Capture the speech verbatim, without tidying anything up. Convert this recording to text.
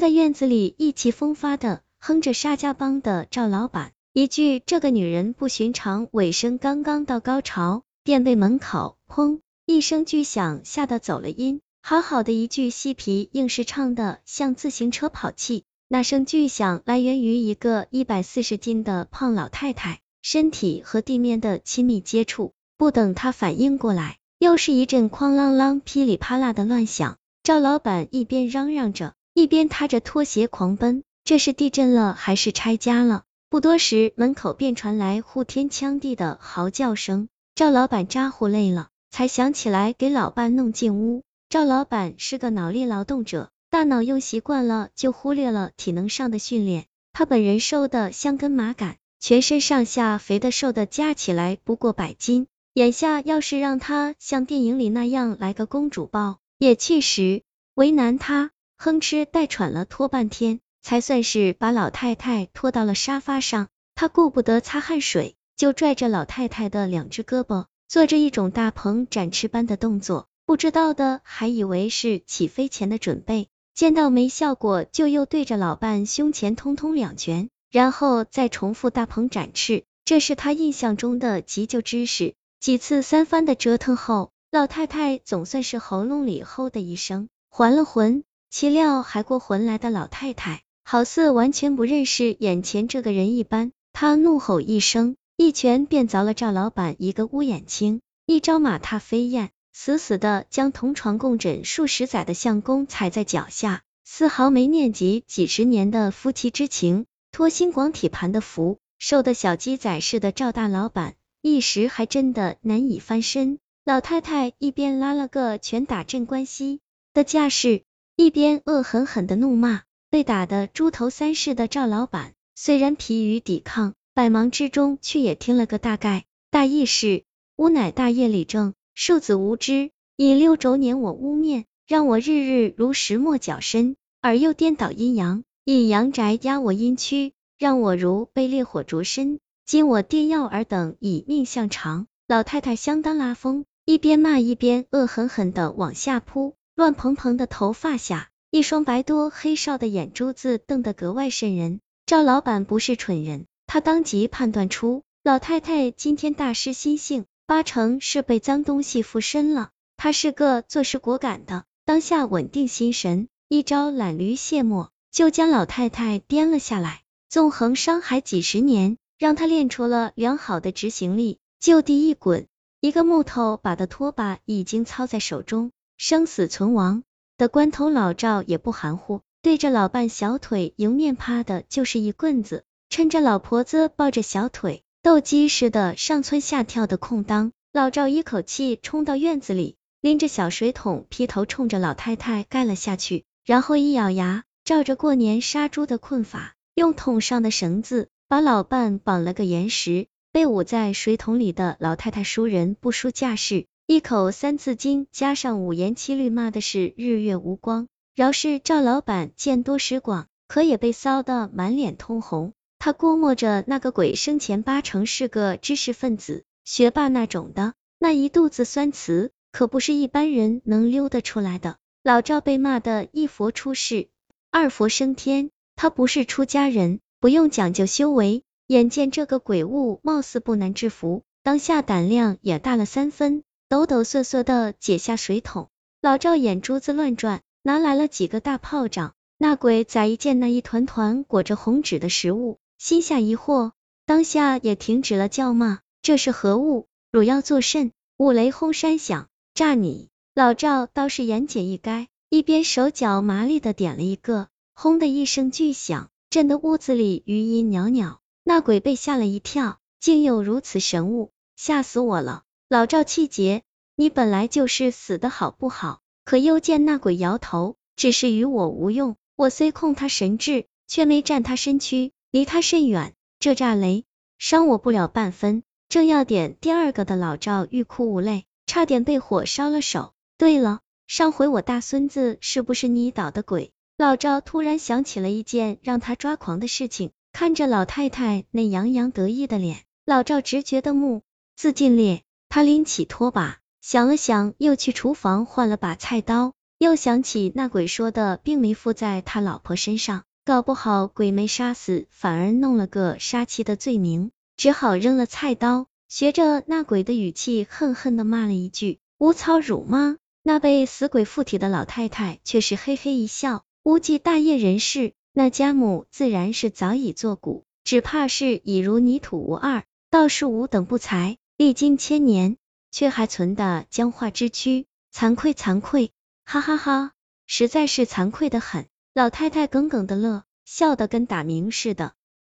在院子里意气风发的哼着沙家浜的赵老板，一句这个女人不寻常尾声刚刚到高潮，便被门口砰一声巨响吓得走了音。好好的一句细皮硬是唱的像自行车跑气，那声巨响来源于一个一百四十斤的胖老太太身体和地面的亲密接触。不等她反应过来，又是一阵哐啷啷噼里啪啦的乱响。赵老板一边嚷嚷着，一边踏着拖鞋狂奔，这是地震了还是拆家了？不多时，门口便传来呼天抢地的嚎叫声。赵老板扎呼累了，才想起来给老伴弄进屋。赵老板是个脑力劳动者，大脑用习惯了，就忽略了体能上的训练。他本人瘦得像根麻杆，全身上下肥的瘦的加起来不过百斤。眼下要是让他像电影里那样来个公主抱，也确实为难他，哼哧带喘了拖半天，才算是把老太太拖到了沙发上。他顾不得擦汗水，就拽着老太太的两只胳膊，做着一种大鹏展翅般的动作，不知道的还以为是起飞前的准备，见到没效果，就又对着老伴胸前通通两拳，然后再重复大鹏展翅，这是他印象中的急救知识。几次三番的折腾后，老太太总算是喉咙里吼的一声还了魂，岂料还过魂来的老太太好似完全不认识眼前这个人一般，她怒吼一声，一拳便凿了赵老板一个乌眼青，一招马踏飞燕，死死的将同床共枕数十载的相公踩在脚下，丝毫没念及几十年的夫妻之情。托心广体盘的福，瘦的小鸡仔似的赵大老板一时还真的难以翻身。老太太一边拉了个拳打镇关西的架势，一边恶狠狠的怒骂。被打得猪头三式的赵老板虽然疲于抵抗，百忙之中却也听了个大概，大意是：吾乃大业理政，庶子无知，以六轴撵我污面，让我日日如石磨绞身，而又颠倒阴阳，以阳宅压我阴躯，让我如被烈火灼身。今我定要尔等以命相偿。老太太相当拉风，一边骂一边恶狠狠地往下扑，乱蓬蓬的头发下，一双白多黑少的眼珠子瞪得格外瘆人。赵老板不是蠢人，他当即判断出老太太今天大失心性，八成是被脏东西附身了。他是个做事果敢的，当下稳定心神，一招懒驴卸磨，就将老太太颠了下来。纵横商海几十年，让他练出了良好的执行力，就地一滚，一个木头把的拖把已经操在手中，生死存亡的关头，老赵也不含糊，对着老伴小腿迎面趴的就是一棍子。趁着老婆子抱着小腿斗鸡似的上蹿下跳的空当，老赵一口气冲到院子里，拎着小水桶劈头冲着老太太盖了下去，然后一咬牙，照着过年杀猪的困法，用桶上的绳子把老伴绑了个严实。被捂在水桶里的老太太输人不输架势，一口三字经加上五言七律，骂的是日月无光。饶是赵老板见多识广，可也被骚得满脸通红。他估摸着那个鬼生前八成是个知识分子，学霸那种的，那一肚子酸词可不是一般人能溜得出来的。老赵被骂得一佛出世，二佛升天，他不是出家人，不用讲究修为，眼见这个鬼物貌似不难制服，当下胆量也大了三分，抖抖瑟瑟的解下水桶。老赵眼珠子乱转，拿来了几个大炮仗。那鬼仔一见那一团团裹着红纸的食物，心下疑惑，当下也停止了叫骂。这是何物？汝要作甚？五雷轰山响，炸你！老赵倒是言简意赅，一边手脚麻利的点了一个，轰的一声巨响，震得屋子里余音袅袅。那鬼被吓了一跳，竟有如此神物，吓死我了！老赵气结，你本来就是死的好不好？可又见那鬼摇头，只是与我无用，我虽控他神智，却没占他身躯，离他甚远，这炸雷伤我不了半分。正要点第二个的老赵欲哭无泪，差点被火烧了手。对了，上回我大孙子是不是你捣的鬼？老赵突然想起了一件让他抓狂的事情。看着老太太那洋洋得意的脸，老赵直觉的目自尽裂。他拎起拖把，想了想，又去厨房换了把菜刀， 又想起那鬼说的并没附在他老婆身上，搞不好鬼没杀死，反而弄了个杀妻的罪名，只好扔了菜刀，学着那鬼的语气恨恨的骂了一句无草辱吗？那被死鬼附体的老太太却是嘿嘿一笑，估计大业人士，那家母自然是早已作古，只怕是已如泥土无二，道术无等不才，历经千年却还存的僵化之躯，惭愧惭愧，哈哈哈，实在是惭愧的很。老太太耿耿的乐，笑得跟打鸣似的。